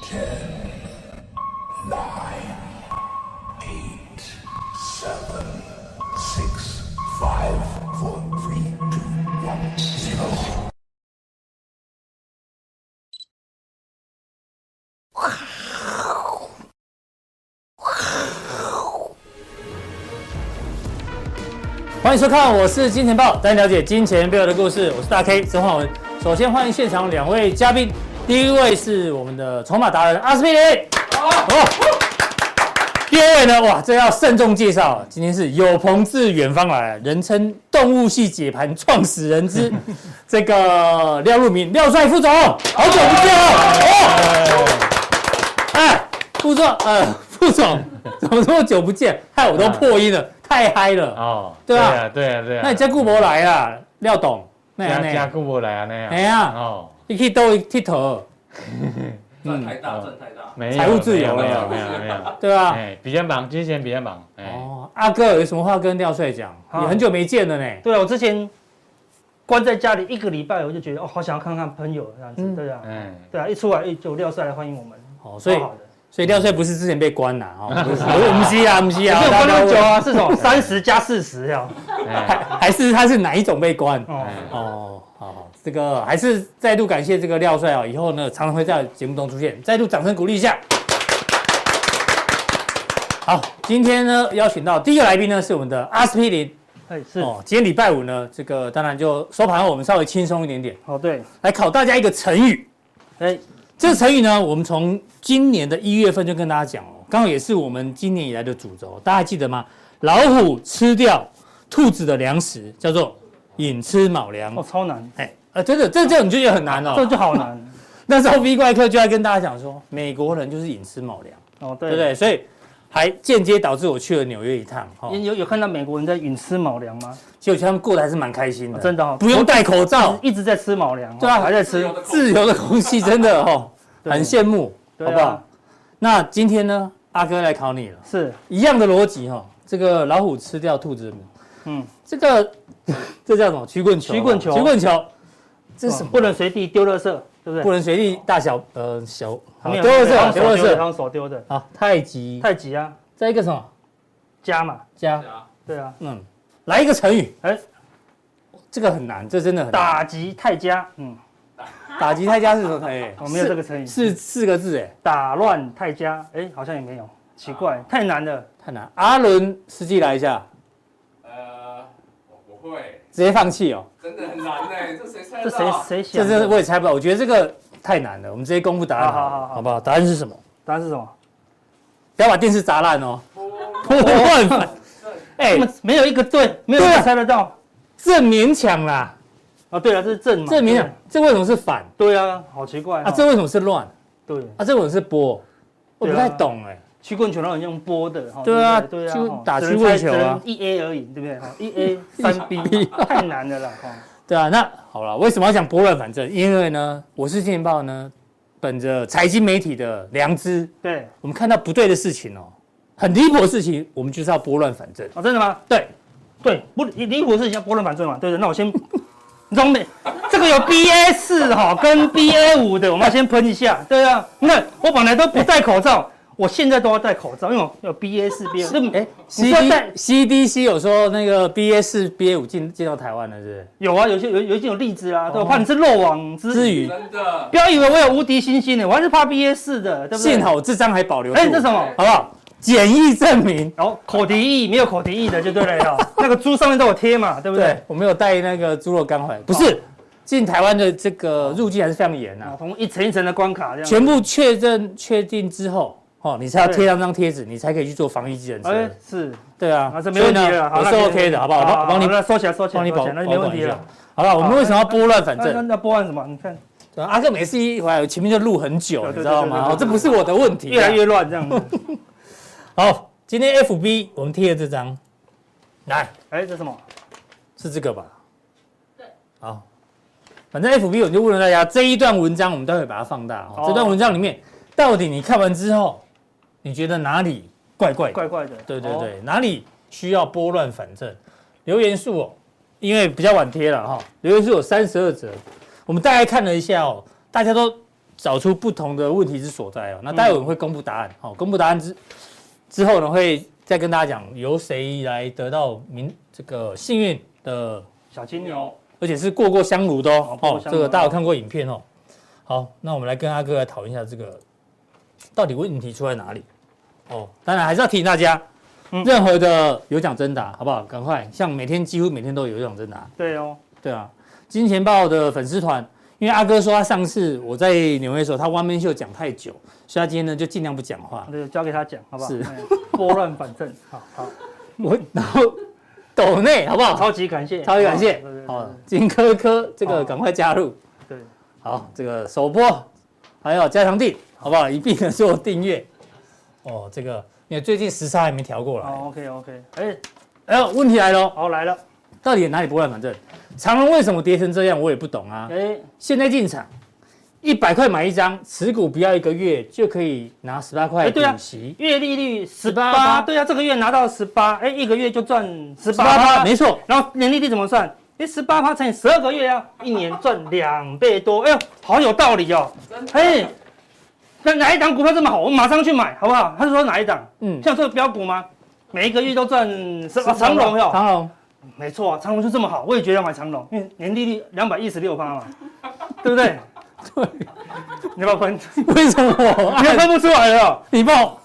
欢迎收看，我是金钱豹，带你了解金钱背后的故事。我是大 K 曾焕文。首先欢迎现场两位嘉宾，第一位是我们的筹码达人阿司匹林。第二位呢，哇，这要慎重介绍，今天是有朋自远方来，人称动物系解盘创始人之这个廖路明廖帅副总，好久不见哦。哎，副总，怎么这么久不见？害我都破音了。太嗨了哦，对吧？ 对啊。 那你叫顾博来啦，廖董， 那加顾博来啊那样。 哎呀，哦，你可以都剃头， 赚太大， 没有，财务自由没有， 对吧？ 哎，比较忙，之前比较忙。 哦，阿哥有什么话跟廖帅讲？你很久没见了呢。 对啊，我之前关在家里1个礼拜，我就觉得哦，好想要看看朋友这样子，对啊，对啊，一出来就廖帅来欢迎我们， 哦，所以廖帅不是之前被关了哦，不是啊， 没有关那么久啊，是什么30加40呀？ 还是他是哪一种被关？哦，好，这个还是再度感谢这个廖帅哦，以后呢常常会在节目中出现，再度掌声鼓励一下。好，今天呢邀请到第一个来宾呢是我们的阿司匹林， 是哦，今天礼拜五呢，这个当然就收盘后我们稍微轻松一点点， 哦对， 来考大家一个成语，这个成语呢，我们从今年的1月份就跟大家讲哦，刚好也是我们今年以来的主轴，大家还记得吗？老虎吃掉兔子的粮食，叫做寅吃卯粮。 哦，超难， 真的，这你就觉得很难哦， 这就好难。 那时候 V 怪客就在跟大家讲说，美国人就是寅吃卯粮，对不对？所以还间接导致我去了纽约一趟。 有看到美国人在寅吃卯粮吗？ 结果他们过得还是蛮开心的， 真的不用戴口罩， 一直在吃卯粮， 对啊， 还在吃自由的空气，真的很羡慕，好不好？那今天呢，阿哥来考你了， 是一样的逻辑哈。这个老虎吃掉兔子的米，这叫什么？曲棍球，这是什么？ 不能随地丢垃圾，对不对？ 不能随地大小丢垃圾， 用手丢的。 好，太极啊，再一个什么？ 家嘛，对啊， 来一个成语，这个很难，这真的很难。 打击太家， 打击太家是什么？ 没有这个成语， 是4个字， 打乱太家，好像也没有，奇怪，太难了， 太难。阿伦实际来一下， 我不会， 直接放弃哦， 真的很难呢，这谁猜得到？这谁想？ 这我也猜不到，我觉得这个太难了，我们直接公布答案，好不好？答案是什么？ 答案是什么？ 不要把电视砸烂哦。拨乱反， 没有一个对，没有一个猜得到， 这勉强啦。 对啊，这是正嘛？ 这勉强，这为什么是反？ 对啊，好奇怪啊！这为什么是乱？ 对啊，这为什么是拨？我不太懂曲棍球那种用拨的， 对啊，就打曲棍球啊 ，1A 而已，对不对？1A 3B 太难了啦。 对啊，那好了，为什么要讲拨乱反正？因为呢，我是金钱豹呢，本着财经媒体的良知， 对， 我们看到不对的事情很离谱的事情，我们就是要拨乱反正。 真的吗？ 对， 不离谱的事情要拨乱反正嘛，对不对？那我先。这个有 BA4 跟 BA5的，我们要先喷一下。对啊，你看我本来都不戴口罩，我现在都要戴口罩，因为有 BA4、BA5。 CDC 有说那个 BA4、BA5进到台湾了，是不是？ 有啊，有一些有例子啊，对，我怕你是漏网之鱼。 真的， 不要以为我有无敌星星的，我还是怕 BA4的，对不对？ 幸好这张还保留住。 这什么？ 好不好？检疫证明， 口蹄疫没有口蹄疫的就对了那个猪上面都有贴嘛，对不对？ 我没有带那个猪肉干回来，不是进台湾的这个入境还是非常严从一层一层的关卡这样， 全部确定之后，你才要贴上张贴纸，你才可以去做防疫计程车。 是， 对啊， 这没问题了， 我是 OK 的，好不好？我帮你收起来，帮你那没问题了。 好了，我们为什么要拨乱反正？ 那拨乱什么？你看， 阿哥每次一回来，前面就录很久，你知道吗？这不是我的问题， 越来越乱这样子。 好。今天 FB 我们贴了这张，来， 这什么？ 是这个吧？对，好，反正 FB 我就问了大家，这一段文章我们待会把它放大。这段文章里面，到底你看完之后，你觉得哪里怪怪的？ 对，哪里需要拨乱反正？留言数因为比较晚贴了留言数有32则，我们大概看了一下大家都找出不同的问题之所在哦。那待会我们会公布答案，公布答案之后呢，会再跟大家讲由谁来得到这个幸运的小金牛， 而且是过香炉的哦。这个大家有看过影片哦。好，那我们来跟阿哥来讨论一下这个到底问题出在哪里哦。当然还是要提醒大家，任何的有奖征答，好不好？赶快，像几乎每天都有奖征答。 对哦， 对啊，金钱豹的粉丝团，因为阿哥说他上次我在纽约的时候，他 One Man Show 讲太久，所以他今天呢就尽量不讲话。 对，交给他讲，好不好？ 是， 拨乱反正，好。 然后抖内好不好？ 超级感谢， 超级感谢。好，金科科这个赶快加入。 对， 好，这个首播还有加强订，好不好？一并的做订阅。哦，这个因为最近时差还没调过来。 OK。 问题来了。 好，来了。 到底哪里拨乱反正？长荣为什么跌成这样？我也不懂啊。现在进场，100块买一张，持股不要1个月就可以拿18块股息。 月利率18%，对啊，这个月拿到18，1个月就赚18%， 没错。 然后年利率怎么算？18%乘以12个月啊，1年赚2倍多。哎呦，好有道理哦。那哪一档股票这么好？我马上去买，好不好？他是说哪一档？像这个标股吗？每一个月都赚长荣哟。 长荣。 没错啊，长荣就这么好，我也觉得要买长荣，因为年利率216%嘛，对不对？ 对， 你要不要分？ 为什么你分不出来了？ 你帮我，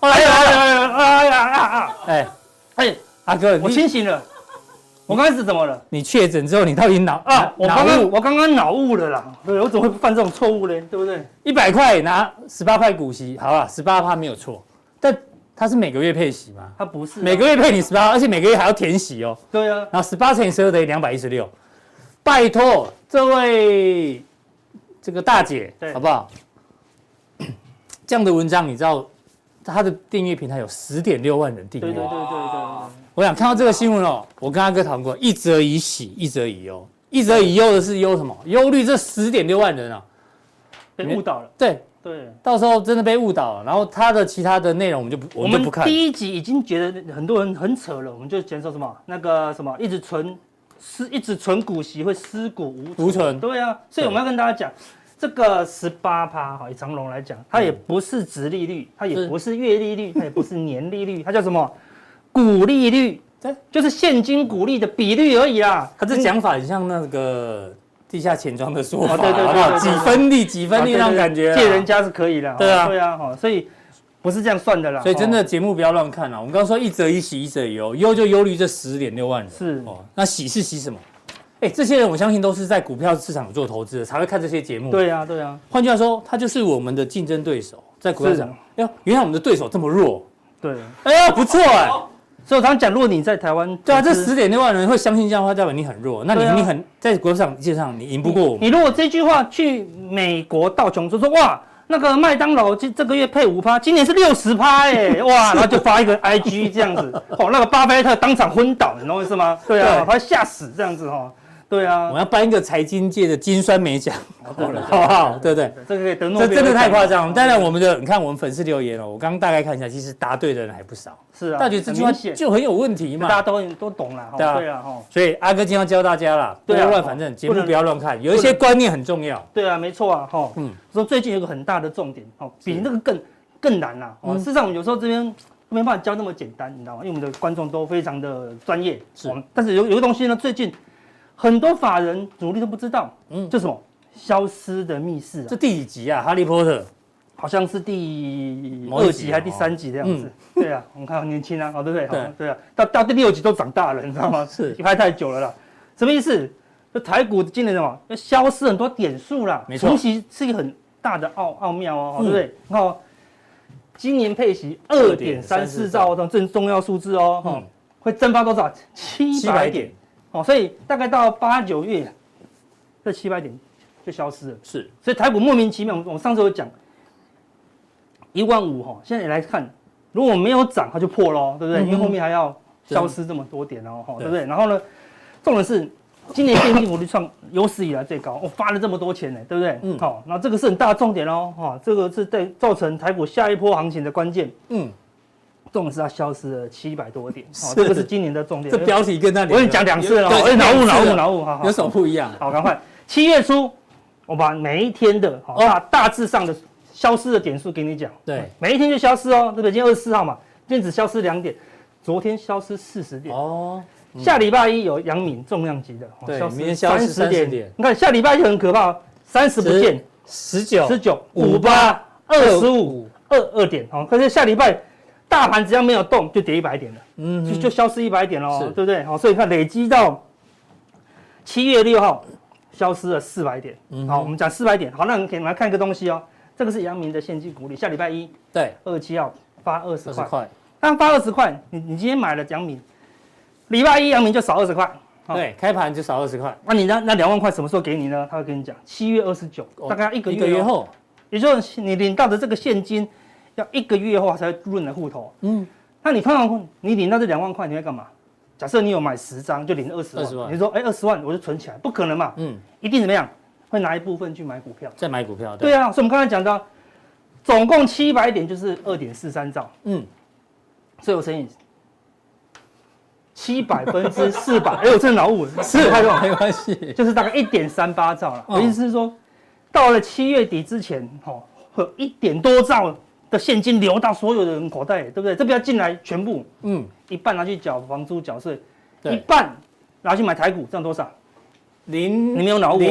阿哥， 我清醒了。我刚开始怎么了？ 你确诊之后，你到底我刚刚脑雾了啦。对，我怎么会犯这种错误呢？对不对 ？100块拿18块股息，好了，18%没有错，但它是每个月配息吗？ 它不是， 每个月配你18，而且每个月还要填息哦。 对啊。 然后18乘以12等于216。拜托这位这个大姐，好不好？这样的文章你知道，他的订阅平台有10.6万人订阅。 对。 我想看到这个新闻哦，我跟阿哥讨论过，一则以喜，一则以忧。一则以忧的是忧什么？忧虑这10.6万人啊， 被误导了。 对，到时候真的被误导了，然后他的其他的内容我们就不看。 第一集已经觉得很多人很扯了，我们就讲说什么那个什么一直存股息会尸骨无存。对啊，所以我们要跟大家讲，这个18%以长荣来讲，它也不是殖利率，它也不是月利率，它也不是年利率，它叫什么？股利率，就是现金股利的比率而已啦。 它这讲法很像那个地下钱庄的说法， 对， 几分利那种感觉， 借人家是可以的。 对啊， 所以不是这样算的啦。 所以真的节目不要乱看啦。我们刚刚说一则以喜，一则以忧，忧就忧虑这10.6万人。 是那喜是喜什么？这些人我相信都是在股票市场做投资的，才会看这些节目。 对啊。 换句话说，他就是我们的竞争对手，在股票上。原来我们的对手这么弱。 对。 不错所以我常讲，如果你在台湾， 对啊，这10.6万人会相信这样的话，代表你很弱。那你很在股票市场基本上你赢不过我们。 你如果这句话去美国道琼说哇，那个麦当劳这个月配5%，今年是60%哇，然后就发一个 IG 这样子，那个巴菲特当场昏倒，你懂我意思吗？对啊，他吓死这样子对啊， 我们要颁一个财经界的金酸梅奖，好不好？对不对？ 这个可以得诺贝尔， 这真的太夸张了。当然，你看我们粉丝留言我刚刚大概看一下，其实答对的人还不少。 是啊， 大家这句话就很有问题嘛， 大家都懂了。对啊， 所以阿哥今天要教大家啦，不要乱，反正节目不要乱看，有一些观念很重要。 对啊，没错啊，说最近有个很大的重点，比那个更难啦。事实上，我们有时候这边没办法教那么简单，你知道吗？因为我们的观众都非常的专业，但是有个东西呢，最近很多法人主力都不知道，就什么消失的密室。 这第几集啊？哈利波特好像是第2集还是第3集的样子。对啊，我们看很年轻啊，对不对？对啊，到第6集都长大了，你知道吗？ 是拍太久了啦。什么意思？就台股今年什么要消失很多点数啦， 没错， 除息是一个很大的奥妙对不对？然后今年配息2.34兆，这是重要数字会蒸发多少？700点。所以大概到8、9月，这700点就消失了。 是，所以台股莫名其妙，我上次有讲15000现在你来看，如果没有涨，它就破咯，对不对？因为后面还要消失这么多点对不对？然后呢，重点是今年现金股利创有史以来最高，我发了这么多钱呢，对不对？然后这个是很大的重点这个是在造成台股下一波行情的关键。重点是它消失了700多点，这个是今年的重点。 这标题跟它我已经讲2次了，脑雾，好， 有什么不一样？ 好，赶快，7月初我把每一天的大致上的消失的点数给你讲。 对， 每一天就消失哦，对不对？今天24号嘛，今天只消失2点，昨天消失40点。 哦， 下礼拜一有阳明重量级的， 对， 消明天消失30点。 你看下礼拜一很可怕，30不见 ，19、 58、25、22点哦。可是下礼拜大盘只要没有动，就跌100点了，就消失100点喽，对不对？好，所以看累积到7月6号消失了400点。好，我们讲400点。好，那你可以来看一个东西哦，这个是阳明的现金股利，下礼拜一对 27号发20块。 20块， 但发20块，你今天买了阳明，礼拜一阳明就少20块。 对，开盘就少20块。 那你那2万块什么时候给你呢？他会跟你讲7月29，大概要1个月后， 也就是你领到的这个现金要1个月后才会入你的户头。那你通常你领到这2万块，你会干嘛？假设你有买10张，就领20万。你说20万我就存起来，不可能嘛？一定怎么样？会拿一部分去买股票， 再买股票。 对啊，所以我们刚才讲到，总共700点就是2.43兆。所以我乘以700%，哎，我真的脑雾，是太多， 没关系， 就是大概1.38兆了。我意思是说，到了7月底之前，会有1点多兆的现金流到所有的人口袋，对不对？这不要进来全部，一半拿去缴房租缴税，一半拿去买台股，这样多少？你没有脑雾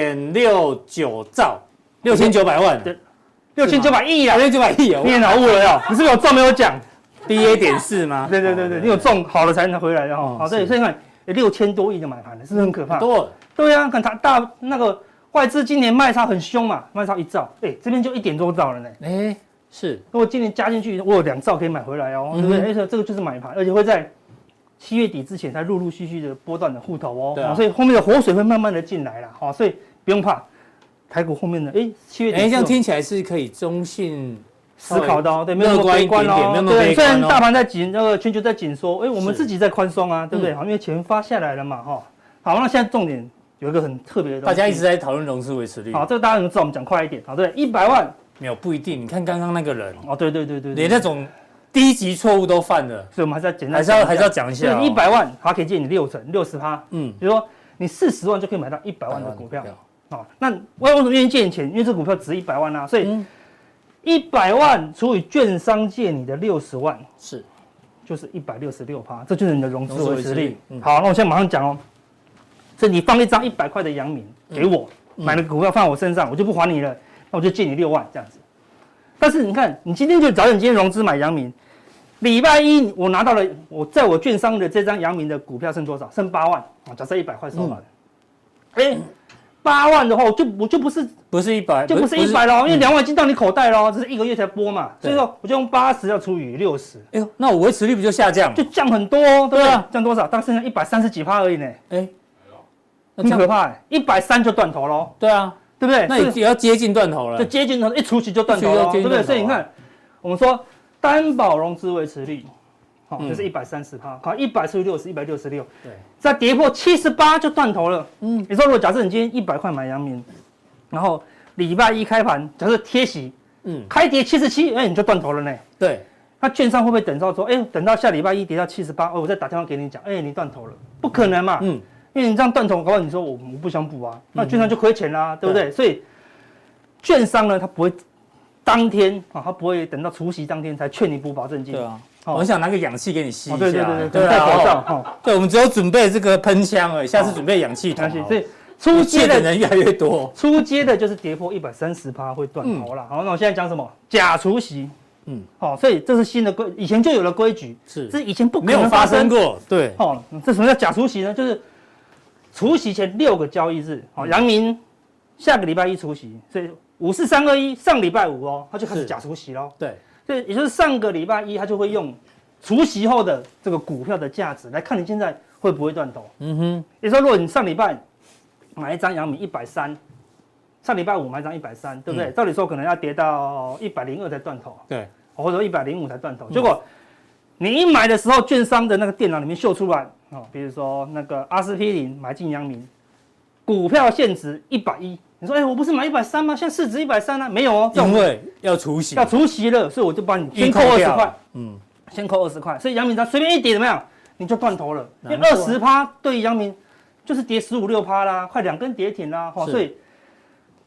0.69兆，6900万， 对，6900亿啊 ，6900亿哦， 你也脑雾了哟，你是不是有中没有奖？ BA 点4吗？ 对，你有中好了才能回来的哈。好，对，所以看6000多亿的买盘了，是不是很可怕？ 多。 对啊，看它那个外资今年卖超很凶嘛，卖超1兆，这边就1点多兆了呢。 是。 如果今年加进去，我有2兆可以买回来哦，对不对？这个就是买盘，而且会在7月底之前才陆陆续续的波段的户头哦。对啊。所以后面的活水会慢慢的进来了，好，所以不用怕。台股后面的7月底， 这样听起来是可以中性。 思考的哦，对，没有那么悲观哦。对，虽然大盘在紧，那个全球在紧缩，我们自己在宽松啊，对不对？好，因为钱发下来了嘛，哈。好，那现在重点有一个很特别的东西， 大家一直在讨论融资维持率。 好，这个大家能知道，我们讲快一点，好，对，100万没有不一定，你看刚刚那个人， 对， 连那种低级错误都犯了， 所以我们还是要简单， 还是要讲一下。 100万，它可以借你60%，比如说你40万就可以买到100万的股票，好，那我为什么愿意借你钱？因为这股票值100万啊，所以。100万除以券商借你的60万，就是166%，这就是你的融资维持率。好，那我现在马上讲哦。所以你放一张100块的阳明给我，买了股票放我身上，我就不还你了，那我就借你6万这样子。但是你看，你今天就找你今天融资买阳明，礼拜一我拿到了在我券商的这张阳明的股票剩多少？剩8万啊，假设100块收完。8万的话，我就不是100，就不是100咯，因为2万已经到你口袋咯，这是1个月才拨嘛，所以说我就用80要除以60。 那我维持率不就下降？ 就降很多哦，对不对？降多少？大概剩下130几%而已呢。很可怕，130就断头喽。 对啊，对不对？那也要接近断头了， 就接近头，一除息就断头了，对不对？所以你看，我们说担保融资维持率。就是130%，好，100除以60，166，对，再跌破78就断头了。你说如果假设你今天100块买阳明，然后礼拜一开盘，假设贴息，开跌77，你就断头了呢。对，那券商会不会等到说，等到下礼拜一跌到78，我再打电话给你讲，你断头了，不可能嘛，因为你这样断头，搞不好你说我不想补啊，那券商就亏钱啦，对不对？所以券商呢，他不会当天他不会等到除息当天才劝你补保证金。对啊。我很想拿个氧气给你吸一下，对，戴口罩。对，我们只有准备这个喷枪而已，下次准备氧气筒。所以出街的人越来越多，出街的就是跌破130%会断头了。好，那我现在讲什么？假除息。所以这是新的规，以前就有了规矩，这以前不可能发生过。对，这什么叫假除息呢？就是除息前6个交易日，阳明下个礼拜一除息，所以54321上礼拜5哦，他就开始假除息喽。对。所以也就是上个礼拜一，他就会用除息后的这个股票的价值来看你现在会不会断头。也就是说，如果你上礼拜买一张阳明130，上礼拜五买一张130，对不对？照理说可能要跌到102才断头，对，或者105才断头。结果你一买的时候，券商的那个电脑里面秀出来比如说那个阿司匹林买进阳明，股票现值110。你说，我不是买130吗？现在市值130啊，没有哦，因为要除息了，所以我就帮你先扣20块，先扣20块，所以阳明它随便一跌怎么样，你就断头了，因为20%对于阳明就是跌15-16%啦，快2根跌停啦，所以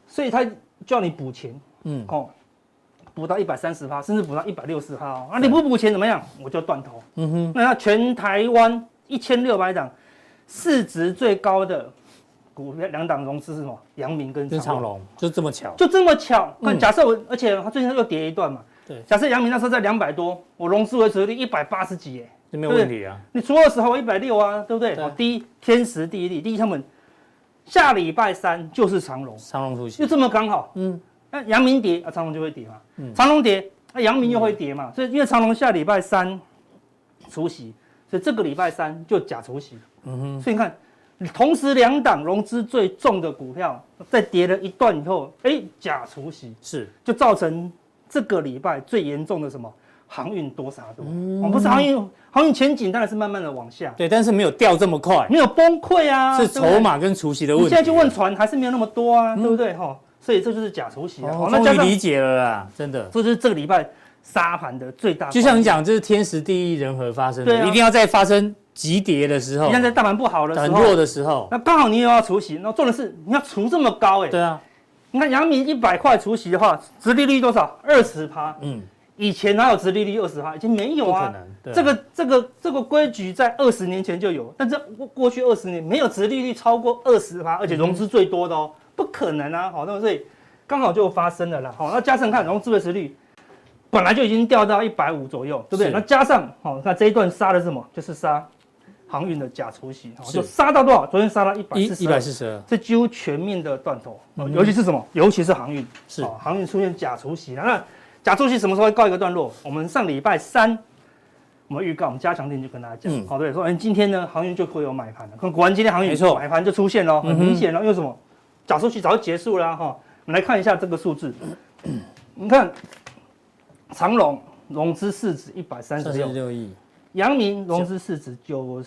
所以他叫你补钱，补到130%，甚至补到160%哦。你不补钱怎么样？我就断头。那全台湾1600档市值最高的股票2档融资是什么？阳明跟长荣， 就这么巧， 就这么巧。看，假设而且它最近又跌一段嘛。 对， 假设阳明那时候在200多，我融资维持率180几， 这没有问题啊。 你除20号160啊，对不对？第一天时地利，第一他们下礼拜3就是长荣出席， 就这么刚好。那阳明跌啊，长荣就会跌嘛。长荣跌，那阳明又会跌嘛。所以因为长荣下礼拜3除息，所以这个礼拜3就假除息。所以你看，同时2档融资最重的股票在跌了一段以后，假除息是就造成这个礼拜最严重的什么航运多杀多。不是航运前景当然是慢慢的往下， 对，但是没有掉这么快， 没有崩溃啊， 是筹码跟除息的问题。 你现在去问船还是没有那么多啊，对不对？所以这就是假除息啊。 终于理解了啦，真的。 这就是这个礼拜杀盘的最大。 就像你讲，这是天时地利人和发生的，一定要在发生急跌的时候， 你看在大盘不好的时候， 很弱的时候， 那刚好你又要除息，那重点是你要除这么高对啊， 你看阳明100块除息的话，殖利率多少？20%。以前哪有殖利率20%？已经没有啊。不可能。这个规矩在20年前就有，但是过去20年没有殖利率超过20%，而且融资最多的哦，不可能啊。那所以刚好就发生了啦。那加上看融资维持率本来就已经掉到150左右，对不对？那加上那这一段杀的是什么？就是杀航运的假除息，就杀到多少？昨天杀到142，这几乎全面的断头。尤其是什么？尤其是航运，航运出现假除息。那假除息什么时候会告一个段落？我们上礼拜3，我们预告，我们加强定就跟大家讲，对，说今天呢航运就会有买盘了。果然今天航运买盘就出现了，很明显了。因为什么？假除息早就结束了哈。我们来看一下这个数字，你看长荣融资市值136亿。阳明融资市值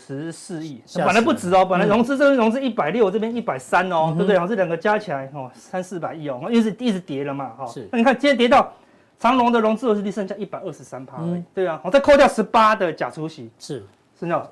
94亿，本来不止哦，本来融资这边融资160，这边130哦，对不对？这2个加起来300-400亿哦，因为一直跌了嘛，那你看今天跌到长荣的融资维持率剩下123%而已，对啊，再扣掉18的假除息，剩下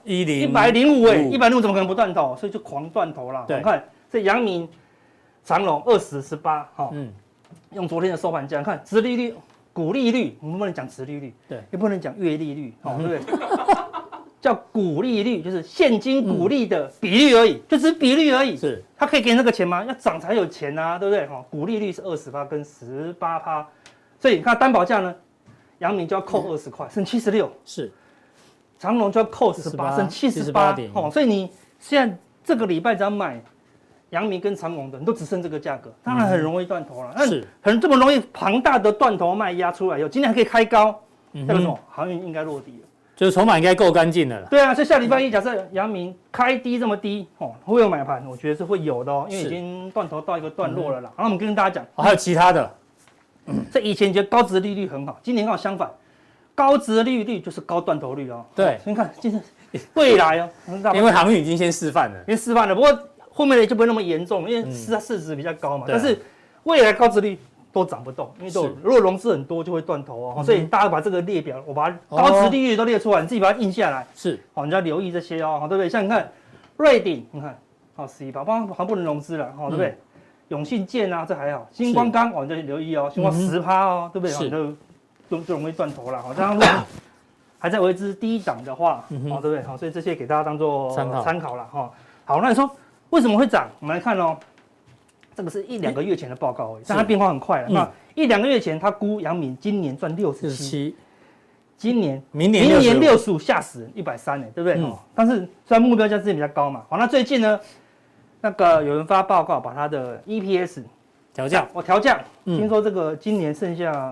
105，105怎么可能不断头？所以就狂断头啦。我看这阳明、长荣20-18，用昨天的收盘价看，殖利率。股利率，我们不能讲殖利率，也不能讲月利率，对不对？叫股利率，就是现金股利的比率而已，就只是比率而已。它可以给那个钱吗？要涨才有钱啊，对不对？股利率是20%跟18%，所以你看担保价呢，阳明就要扣20块，剩76，长荣就要扣18，剩78，所以你现在这个礼拜只要买阳明跟长荣的，你都只剩这个价格，当然很容易断头了。很这么容易庞大的断头卖压出来以后，今天还可以开高，代表什么？航运应该落底了， 就是筹码应该够干净了啦。 对啊，所以下礼拜1假设阳明开低这么低，会有买盘，我觉得是会有的哦，因为已经断头到一个段落了啦。然后我们跟大家讲， 还有其他的， 这以前觉得高殖利率很好，今年刚好相反，高殖利率就是高断头率哦。 对， 你看今天未来哦， 因为航运已经先示范了， 不过。后面的就不会那么严重，因为市值比较高嘛。但是未来高殖利率都涨不动，因为如果融资很多就会断头哦。所以大家把这个列表，我把高殖利率都列出来，你自己把它印下来。你要留意这些哦，对不对？像你看瑞鼎，你看11%，还不能融资了，对不对？永信建啊，这还好。星光钢，你就留意哦，星光10%哦，对不对？就容易断头了。这样如果还在维持低档的话，对不对？所以这些给大家当做参考了哈。好，那你说。为什么会涨？我们来看哦，这个是1-2个月前的报告而已，但它变化很快了。那1-2个月前，他估阳明今年赚67，明年65，吓死人130，对不对？但是虽然目标价之前比较高嘛，那最近呢，那个有人发报告把它的 EPS 调降，听说这个今年剩下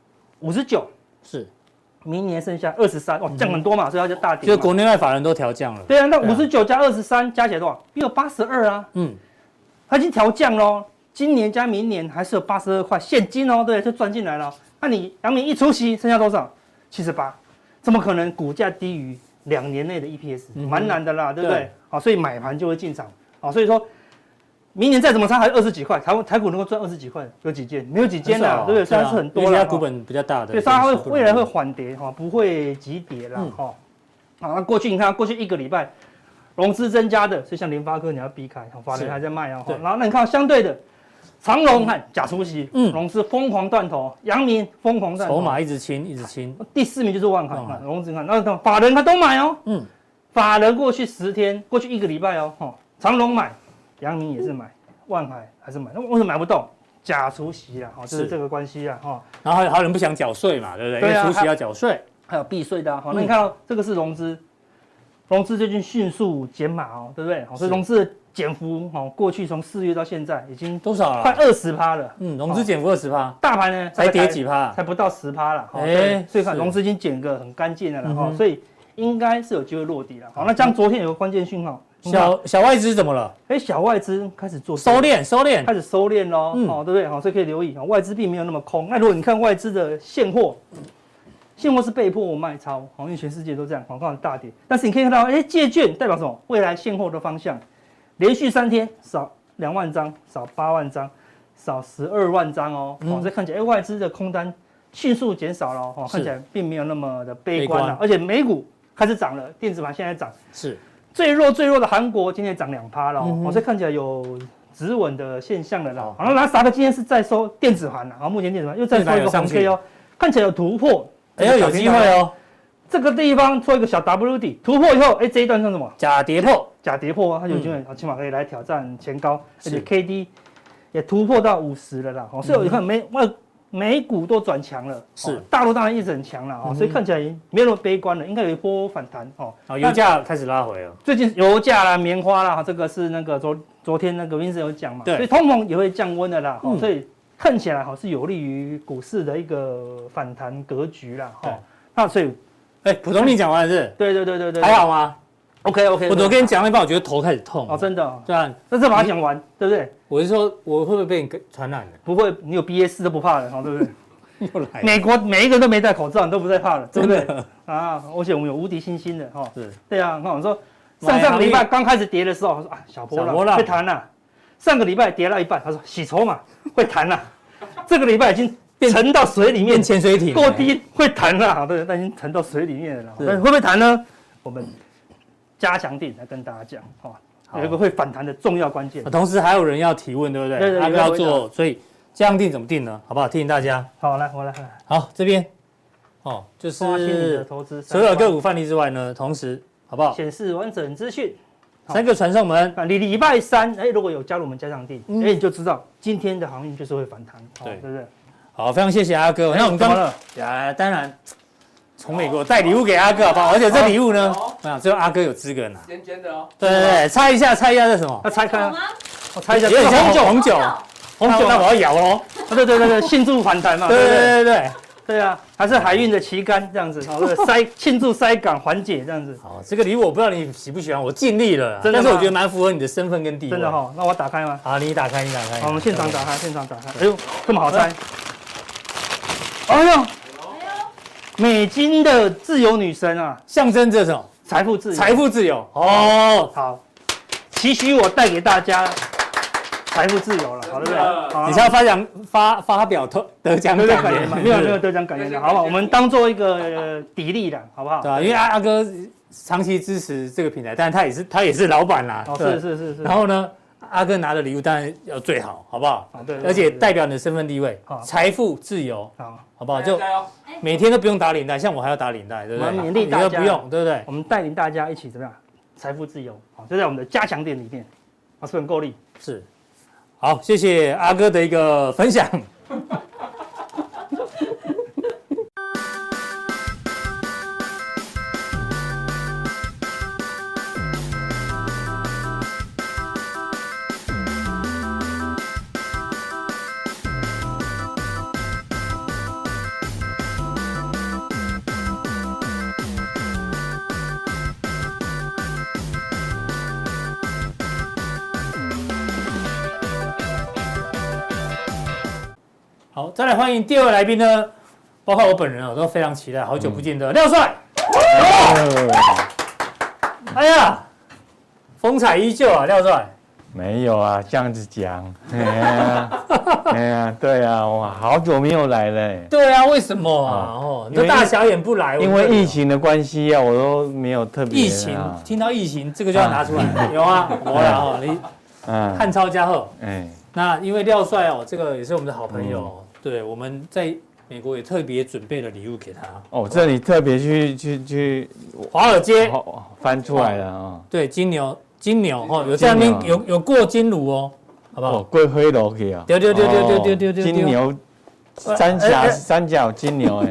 59，明年剩下23，降很多嘛，所以它就大跌。 就国内外法人都调降了。 对啊，那59加23加起来多少？也有82啊。它已经调降喽。今年加明年还是有82块现金哦，对，就赚进来了。那你阳明一除息剩下多少？78，怎么可能股价低于2年内的 EPS？蛮难的啦，对不对？所以买盘就会进场。所以说明年再怎么差还有20几块，台股能够赚20几块，有几间？没有几间啦，对不对？虽然是很多啦， 股本比较大的， 对，它未来会缓跌不会急跌啦那过去你看过去1个礼拜融资增加的，所以像联发科你要避开，法人还在卖然后那你看相对的长荣看假除息，融资疯狂断头，阳明疯狂断头， 筹码一直清，一直清。 第4名就是万海，看融资看，那法人他都买哦，法人过去10天，过去1个礼拜哦，长荣买，阳明也是买，万海还是买，那为什么买不动？假除息啦，就是这个关系啦， 然后还有人不想缴税嘛，对不对？ 对啊， 因为除息要缴税， 还有避税的啊，那你看到这个是融资最近迅速减码哦，对不对？所以融资的减幅过去从4月到现在已经多少了？ 快20%了。 融资减幅20%， 大盘呢才跌几趴？ 才不到10%了。所以看融资已经减个很干净了啦，所以应该是有机会落底了。好，那像昨天有个关键讯号， 小外资怎么了？ 小外资开始做收敛， 开始收敛喽，对不对？所以可以留意，外资并没有那么空。那如果你看外资的现货是被迫卖超，因为全世界都这样，刚好大跌。但是你可以看到，借券代表什么？未来现货的方向，连续3天少2万张，少8万张，少12万张哦。所以看起来，外资的空单迅速减少了，看起来并没有那么的悲观了。而且美股开始涨了，电子盘现在涨， 是最弱的韩国今天涨2%了，所以看起来有止稳的现象了啦。好，那纳斯达克今天是再收电子盘了，目前电子盘又再收一个红 K 哦，看起来有突破。 有机会哦， 这个地方做一个小 W 底突破以后，这一段算什么？ 假跌破， 它有机会，起码可以来挑战前高，而且 KD 也突破到50了啦。所以我看美股都转强了， 是大陆当然一直很强了，所以看起来没有那么悲观了，应该有一波反弹哦。 油价开始拉回了， 最近油价啦、棉花啦，这个是那个昨天那个 Vincent 有讲嘛，所以通膨也会降温的啦，所以看起来是有利于股市的一个反弹格局啦，那所以， 普通你讲完了是？ 对， 还好吗 ？OK， 我昨天讲那半，我觉得头开始痛真的， 对啊， 但是把它讲完，对不对？ 我是说，我会不会被你传染的？ 不会，你有 BA4都不怕的，对不对？ 又来， 美国每一个人都没戴口罩，你都不再怕了，对不对？而且我们有无敌信心的，对啊，我说上个礼拜刚开始跌的时候，说小波浪会弹了，上个礼拜跌到一半，他说洗筹码会弹了，这个礼拜已经沉到水里面， 潜水艇过低会弹了，对，但已经沉到水里面了，会不会弹呢？我们加强定来跟大家讲，有一个会反弹的重要关键。 同时还有人要提问，对不对？ 对， 要做，所以加强定怎么定呢？好不好？提醒大家。 好，我来。 好，这边，就是除了个股范例之外呢，同时好不好？ 显示完整资讯。 3个传送门， 礼拜3，如果有加入我们加强定，你就知道今天的航运就是会反弹，对不对？ 好，非常谢谢阿哥。那我们当然从美国带礼物给阿哥，好不好？而且这礼物呢，只有阿哥有资格拿。 尖的哦。 对，猜一下这是什么？ 要猜看，我猜一下， 有点像红酒，那我要摇哦。 对，庆祝反弹嘛。对啊，还是海运的旗杆这样子，庆祝塞港缓解这样子。 好，这个礼物我不知道你喜不喜欢，我尽力了，但是我觉得蛮符合你的身份跟地位。 真的哈，那我打开吗？ 好，你打开。 好，我们现场打开。哎呦，这么好猜！哎呦，美金的自由女神啊， 象征着什么？ 财富自由哦。 好，期许我带给大家财富自由了，好，对不对？ 你是要发表得奖感言吗？没有得奖感言的，好不好？我们当做一个砥砺的，好不好？ 对啊，因为阿哥长期支持这个平台，但是他也是老板啦。 是。 然后呢，阿哥拿的礼物当然要最好，好不好？ 对。 而且代表你的身份地位，财富自由，好不好？就每天都不用打领带，像我还要打领带，对不对？ 勉励大家， 不用，对不对？ 我们带领大家一起怎么样？财富自由，就在我们的加强店里面，是不是很够力？ 是。好，谢谢阿哥的一个分享。好，再来欢迎第2位来宾呢，包括我本人都非常期待，好久不见的廖帅。哎呀，风采依旧啊，廖帅。 没有啊，这样子讲。对啊，我好久没有来了。 对啊，为什么啊？你都大小眼不来， 因为疫情的关系啊，我都没有特别。 疫情，听到疫情这个就要拿出来。有啊，我啦你汉超加厚。 那因为廖帅哦，这个也是我们的好朋友，对，我们在美国也特别准备了礼物给他。 哦，这里特别去华尔街翻出来了啊。 对，金牛哦，有在那边有过金炉哦，好不好？ 哦，贵灰楼可以啊。 对， 金牛三角金牛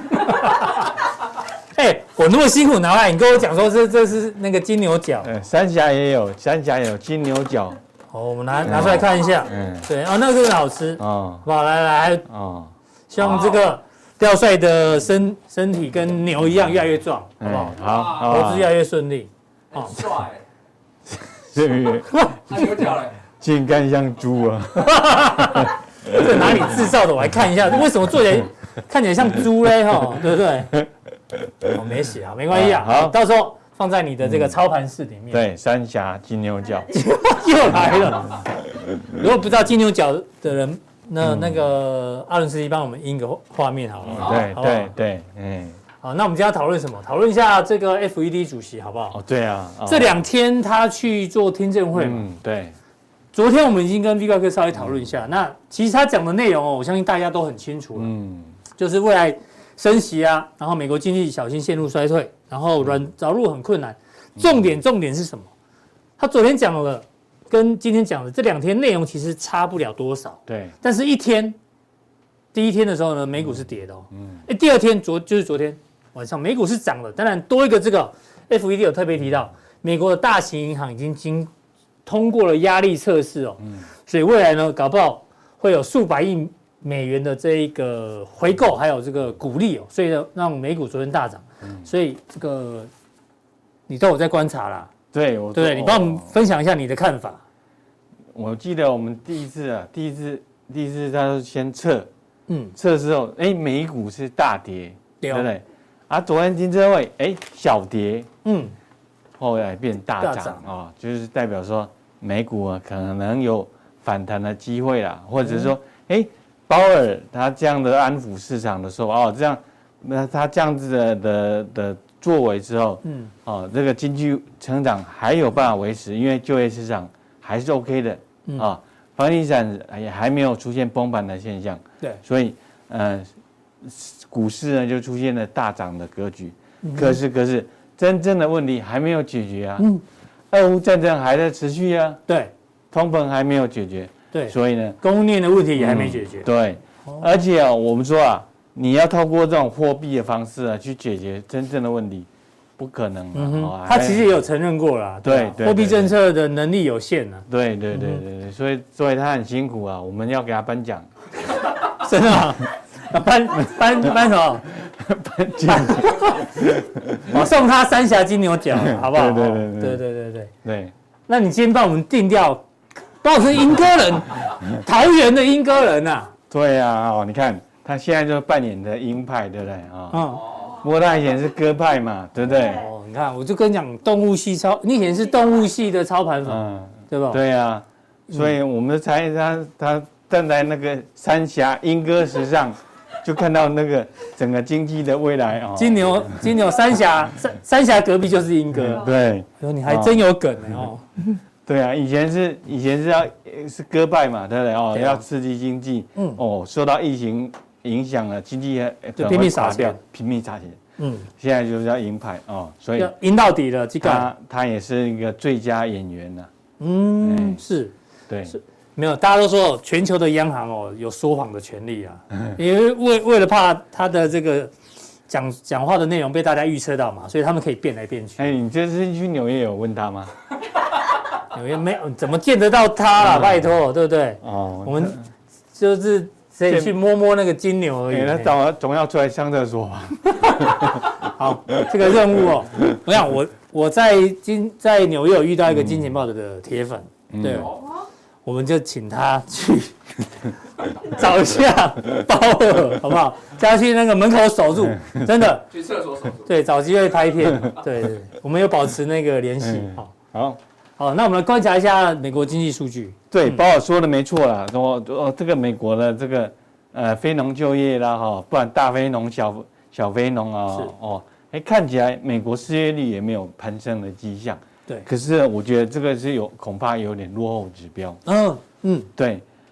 哎，我那么辛苦拿来，你跟我讲说这是那个金牛角。 三峡也有金牛角。 哦，我们拿出来看一下。对哦，那个真的好吃哦。好，来哦，希望这个廖帅的身体跟牛一样越来越壮，好不好？ 好， 投资越来越顺利。 很帅， 对， 他牛角嘞， 茎干像猪啊。 这哪里制造的？我来看一下，为什么做起来看起来像猪嘞？哈，对不对？我没写啊，没关系啊。好，到时候放在你的这个操盘室里面。 对，三峡金牛角又来了。如果不知道金牛角的人，那个阿伦斯基帮我们印个画面好了。 对， 好，那我们今天要讨论什么？讨论一下这个 FED 主席好不好？ 哦，对啊， 这2天他去做听证会嘛。 对。 昨天我们已经跟 V 哥稍微讨论一下，那其实他讲的内容哦，我相信大家都很清楚了。就是未来升息啊，然后美国经济小心陷入衰退，然后着陆很困难。重点是什么？他昨天讲了，跟今天讲的这2天内容其实差不了多少。 对。 但是第一天的时候呢，美股是跌的哦。第2天就是昨天晚上美股是涨的，当然多一个这个 FED 有特别提到，美国的大型银行已经通过了压力测试哦。所以未来呢，搞不好会有数百亿美元的这一个回购，还有这个鼓励哦，所以呢，让美股昨天大涨。所以这个你都有在观察啦。 对， 对，你帮我们分享一下你的看法。 我记得我们第一次他就先测之后，美股是大跌，对不对？啊，昨天听证会，小跌，后来变大涨啊，就是代表说美股啊可能有反弹的机会啦，或者说，鲍尔他这样的安抚市场的时候，这样，那他这样子的作为之后，这个经济成长还有办法维持，因为就业市场还是 OK 的，房地产也还没有出现崩盘的现象， 对， 所以股市呢就出现了大涨的格局，可是真正的问题还没有解决啊，俄乌战争还在持续啊， 对， 通膨还没有解决， 对， 所以呢， 供应链的问题也还没解决， 对，而且我们说你要透过这种货币的方式去解决真正的问题，不可能。 他其实也有承认过啦，对，货币政策的能力有限啊。 对，所以他很辛苦啊，我们要给他颁奖。 真的啊？颁什么？ 颁奖。 我送他三峡金牛角，好不好？ 对。 那你今天帮我们定调，帮我是莺歌人，桃园的莺歌人啊。 对啊，你看。他现在就扮演的鹰派，对不对不过他以前是鸽派嘛，对不对？ 你看，我就跟你讲，动物系你以前是动物系的操盘法，对吧？ 对啊，所以我们猜他站在那个三峡莺歌石上，就看到那个整个经济的未来金牛三峡隔壁就是莺歌， 对。 你还真有梗对啊，以前是鸽派嘛，对不对？要刺激经济，受到疫情影响了，经济就拼命撒钱， 现在就是要鹰派所以赢到底了， 他也是一个最佳演员了。 是， 对， 没有，大家都说全球的央行有说谎的权利啊，因为为了怕他的这个讲话的内容被大家预测到嘛，所以他们可以变来变去。 你这次去纽约有问他吗？ 纽约没有，怎么见得到他啦？拜托，对不对？我们就是可以去摸那个金牛而已。 那总要出来上厕所吧？ 好，这个任务我想我在纽约有遇到一个金钱豹的铁粉，对，我们就请他去找一下鲍尔，好不好？叫他去那个门口守住，真的去厕所守住。 对，找机会拍片。对，我们有保持那个联系。好，那我们来观察一下美国经济数据。 对，鲍尔说的没错啦，这个美国的这个非农就业啦不然大非农、小非农看起来美国失业率也没有攀升的迹象。 对， 可是我觉得这个是恐怕有点落后指标。 对，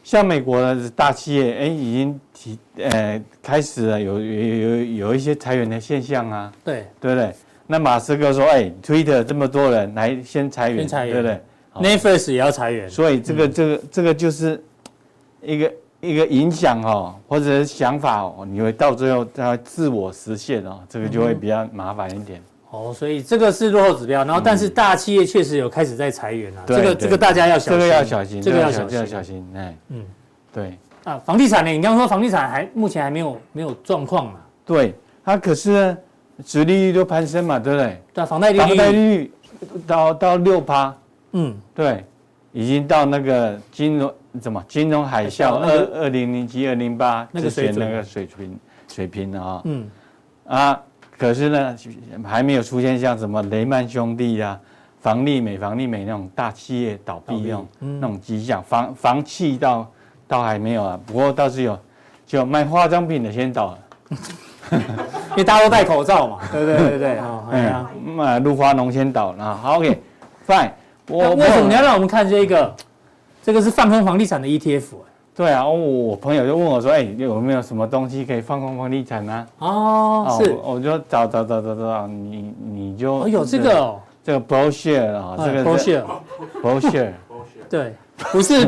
像美国的大企业，哎，已经开始了有一些裁员的现象啊， 对不对？那马斯克说，哎，Twitter 这么多人来先裁员，对不对 ？Netflix 也要裁员， 所以这个就是一个影响哦，或者是想法哦，你会到最后它自我实现哦，这个就会比较麻烦一点。 哦，所以这个是落后指标，然后但是大企业确实有开始在裁员啊，这个大家要小心， 这个要小心， 这个要小心，哎，对啊，房地产呢？你刚刚说房地产目前还没有状况嘛？ 对，它可是呢，殖利率都攀升嘛，对不对？ 对啊，房贷利率到6%，对，已经到那个金融海啸2007、2008之前那个水平了啊，可是呢，还没有出现像什么雷曼兄弟啊、房利美那种大企业倒闭那种迹象，房企倒还没有啊，不过倒是有，就卖化妆品的先倒了， 因为大家都戴口罩嘛，对， 露花农先倒了，好 ，OK，fine。 为什么你要让我们看这个？这个是放空房地产的 ETF。 对啊，我朋友就问我说，哎，有没有什么东西可以放空房地产呢？ 哦，是， 我就找，你就有这个哦， 这个 brochure 啊，这个 brochure， 对，不是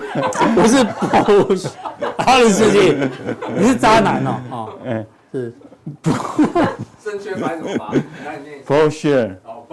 brochure， 哈伦斯基，你是渣男哦，是， 正确版怎么发 ？brochure，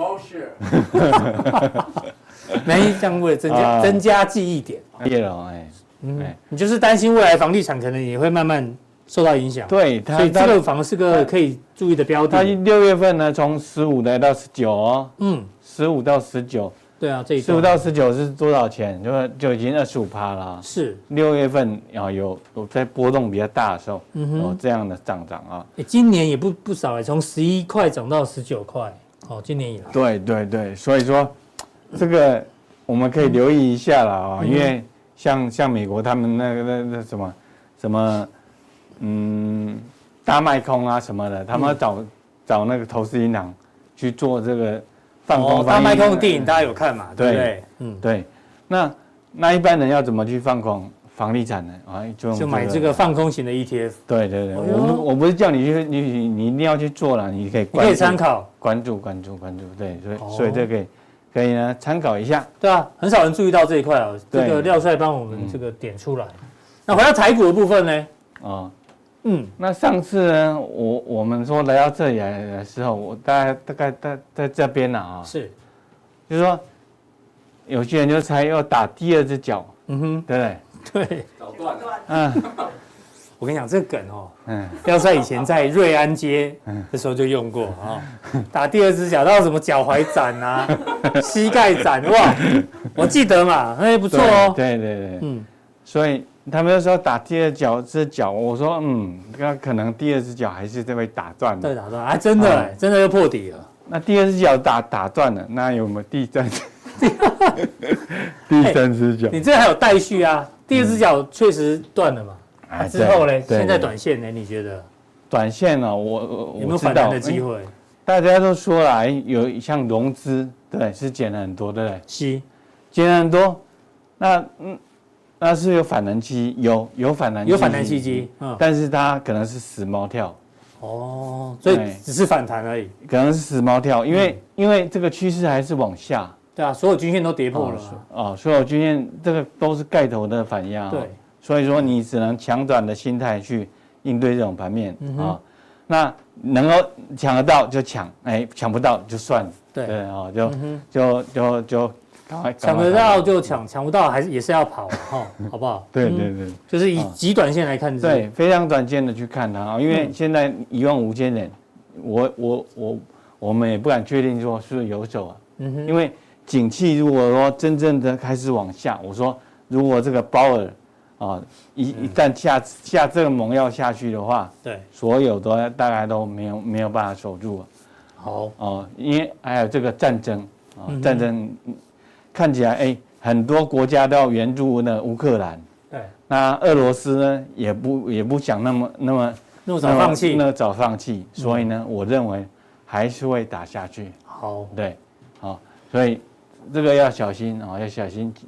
brochure， 没这样为了增加记忆点。你就是担心未来房地产可能也会慢慢受到影响。 对， 所以这个房是个可以注意的标的。 它6月份呢，从15来到19哦，15到19。 对啊，这一 15到19是多少钱？就已经25%了。 是 6月份有在波动比较大的时候，有这样的上涨啊。 今年也不少从11块涨到19块，今年以来。 对，所以说这个我们可以留意一下了啊，因为像美国他们那什么大卖空啊什么的，他们要找那个投资银行去做这个放空。 大卖空的电影大家有看嘛？对不对？ 对。那一般人要怎么去放空房地产呢？啊， 就买这个放空型的 ETF。 对，我不是叫你去，你一定要去做了，你可以参考， 关注。对，所以这可以呢参考一下。 对啊，很少人注意到这一块哦。这个廖帅帮我们这个点出来。那回到台股的部分呢？ 那上次呢，我们说来到这里来的时候，我大概在这边了啊。 是， 就是说，有些人就猜要打第二只脚，对不对？ 对， 早断了。 我跟你讲这个梗廖帅以前在瑞安街的时候就用过打第二只脚，到什么脚踝斩啊、膝盖斩，哇，我记得嘛，不错哦。 对，所以他们就说打第二只脚，我说那可能第二只脚还是会打断的。 对，打断真的又破底了。 那第二只脚打断了，那有没有第三只脚？ 你这还有待续啊？第二只脚确实断了嘛。之后呢？现在短线呢？你觉得？ 短线呢？我有没有反弹的机会？ 大家都说了，有像融资，对，是减了很多，对不对？ 是， 减了很多。那是有反弹期，有反弹契机，但是它可能是死猫跳。 所以只是反弹而已。 可能是死猫跳，因为这个趋势还是往下。 对啊，所有均线都跌破了。 所有均线这个都是盖头的反压。 对。 所以说，你只能抢短的心态去应对这种盘面那能够抢得到就抢，抢不到就算了。 对就赶快抢得到就抢，抢不到也是要跑好不好？ 对， 就是以极短线来看。 对，非常短线的去看它因为现在15000点，我们也不敢确定说是不是有手啊。因为景气如果说真正的开始往下，我说如果这个鲍尔一旦下这个猛药下去的话， 对， 所有的大概都没有办法守住了。 好因为还有这个战争战争看起来很多国家都要援助那乌克兰。 对， 那俄罗斯呢也不想那么早放弃，所以呢，我认为还是会打下去。 好， 对，所以这个要小心要小心。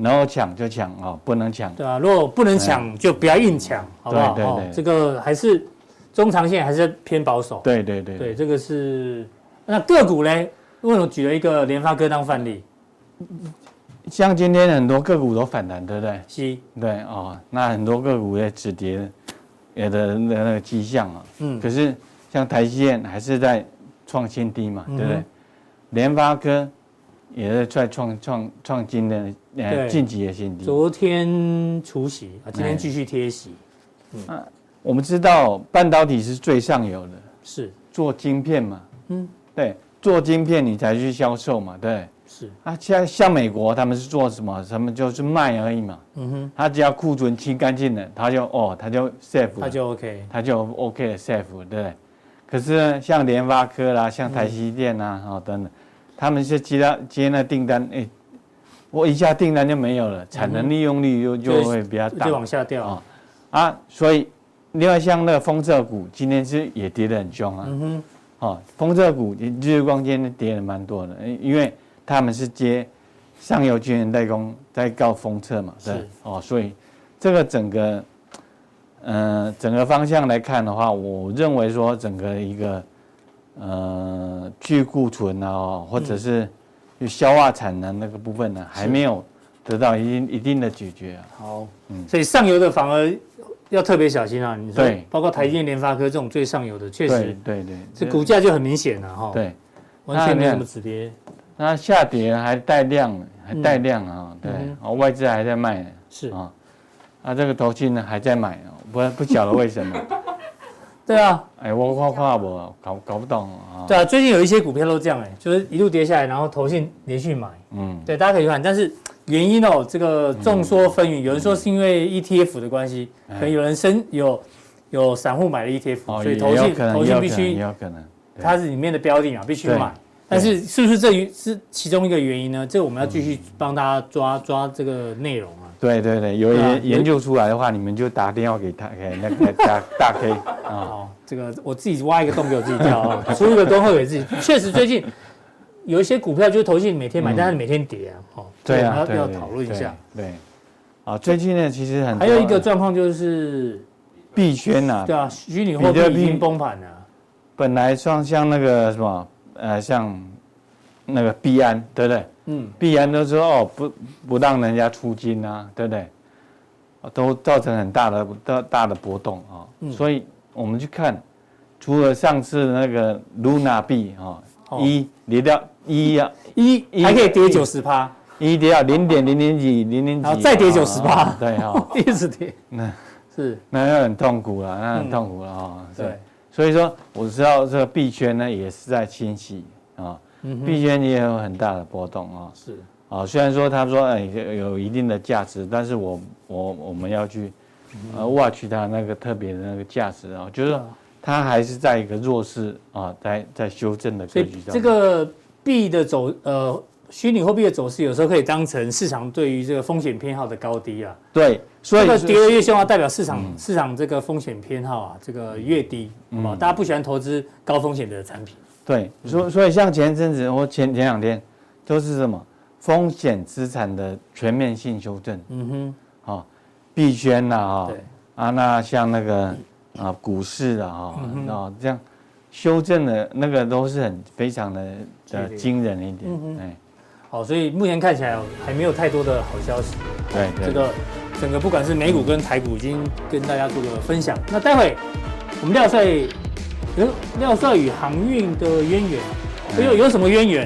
然后抢就抢哦，不能抢。 对啊，如果不能抢就不要硬抢，好不好？ 对， 这个还是中长线还是偏保守。 对， 这个是那个股呢？为什么举了一个联发科当范例？ 像今天很多个股都反弹，对不对？ 是。 对哦，那很多个股也止跌，有的那个迹象啊。可是像台积电还是在创新低嘛，对不对？联发科也是在创今的近期的新低。 昨天除息啊，今天继续贴息。 我们知道半导体是最上游的， 是做晶片嘛。对，做晶片你才去销售嘛，对。 是啊，像美国他们是做什么？他们就是卖而已嘛。他只要库存清干净了，他就 safe， 他就 OK， 他就 OK 的 safe， 对不对？可是呢，像联发科啦，像台积电啊，等等，他们是接那订单，我一下订单就没有了，产能利用率就会比较大， 就往下掉所以另外像那个封测股，今天是也跌得很凶啊。封测股日光今天跌了蛮多的，因为他们是接上游晶圆代工在搞封测嘛，对，所以这个整个方向来看的话，我认为说整个一个去库存啊，或者是消化产能那个部分呢，还没有得到一定的解决啊。 好，所以上游的反而要特别小心啊。你说，包括台积电、联发科这种最上游的，确实， 对， 这股价就很明显了哈。对，完全没有什么止跌。 那下跌还带量啊，对，外资还在卖， 是啊， 这个投信呢还在买，不晓得为什么。 对啊， 我看不搞不懂啊。 对啊，最近有一些股票都这样就是一路跌下来，然后投信连续买，对，大家可以看，但是原因这个众说纷纭，有人说是因为 ETF 的关系，可能有人有散户买了 ETF， 所以投信必须， 有可能， 它是里面的标的嘛，必须买。但是是不是这是其中一个原因呢？这我们要继续帮大家抓这个内容啊。 对，有研究出来的话，你们就打电话给那个大 K 啊。 好，这个我自己挖一个洞给我自己跳啊，出一个洞会给自己。确实最近有一些股票就是投信每天买，但是每天跌啊。 对啊， 要讨论一下。 对，最近呢其实还有一个状况就是币圈啊， 对啊，虚拟货币已经崩盘了。 本来像那个什么。像那个币安，对不对？币安都说不让人家出金啊，对不对？都造成很大的波动啊。所以我们去看，除了上次那个 Luna 币跌到1 还可以跌90%， 跌到0.00几， 然后再跌90%， 对一直跌， 那很痛苦了，对。所以说，我知道这个币圈呢也是在清洗啊，币圈也有很大的波动啊。是啊，虽然说他说有一定的价值，但是我们要去watch 它那个特别的那个价值啊，就是说它还是在一个弱势啊，在修正的格局上。 这个币的虚拟货币的走势有时候可以当成市场对于这个风险偏好的高低啊。 对， 所以跌得越凶代表市场这个风险偏好这个越低，大家不喜欢投资高风险的产品。 对，所以像前阵子或前2天都是什么风险资产的全面性修正。币圈呐那像那个股市啊这样修正的那个都是非常的惊人一点。 好，所以目前看起来还没有太多的好消息。 对， 这个整个不管是美股跟台股已经跟大家做个分享。那待会我们廖帅与航运的渊源，有什么渊源？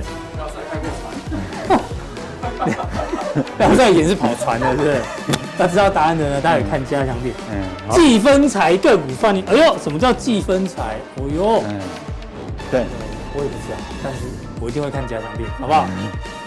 廖帅以前是跑船的，对不对？要知道答案的呢，大家可以看加强点。季分财个股范例，什么叫季分财？ 对， 我也不知道，但是我一定会看加强点，好不好？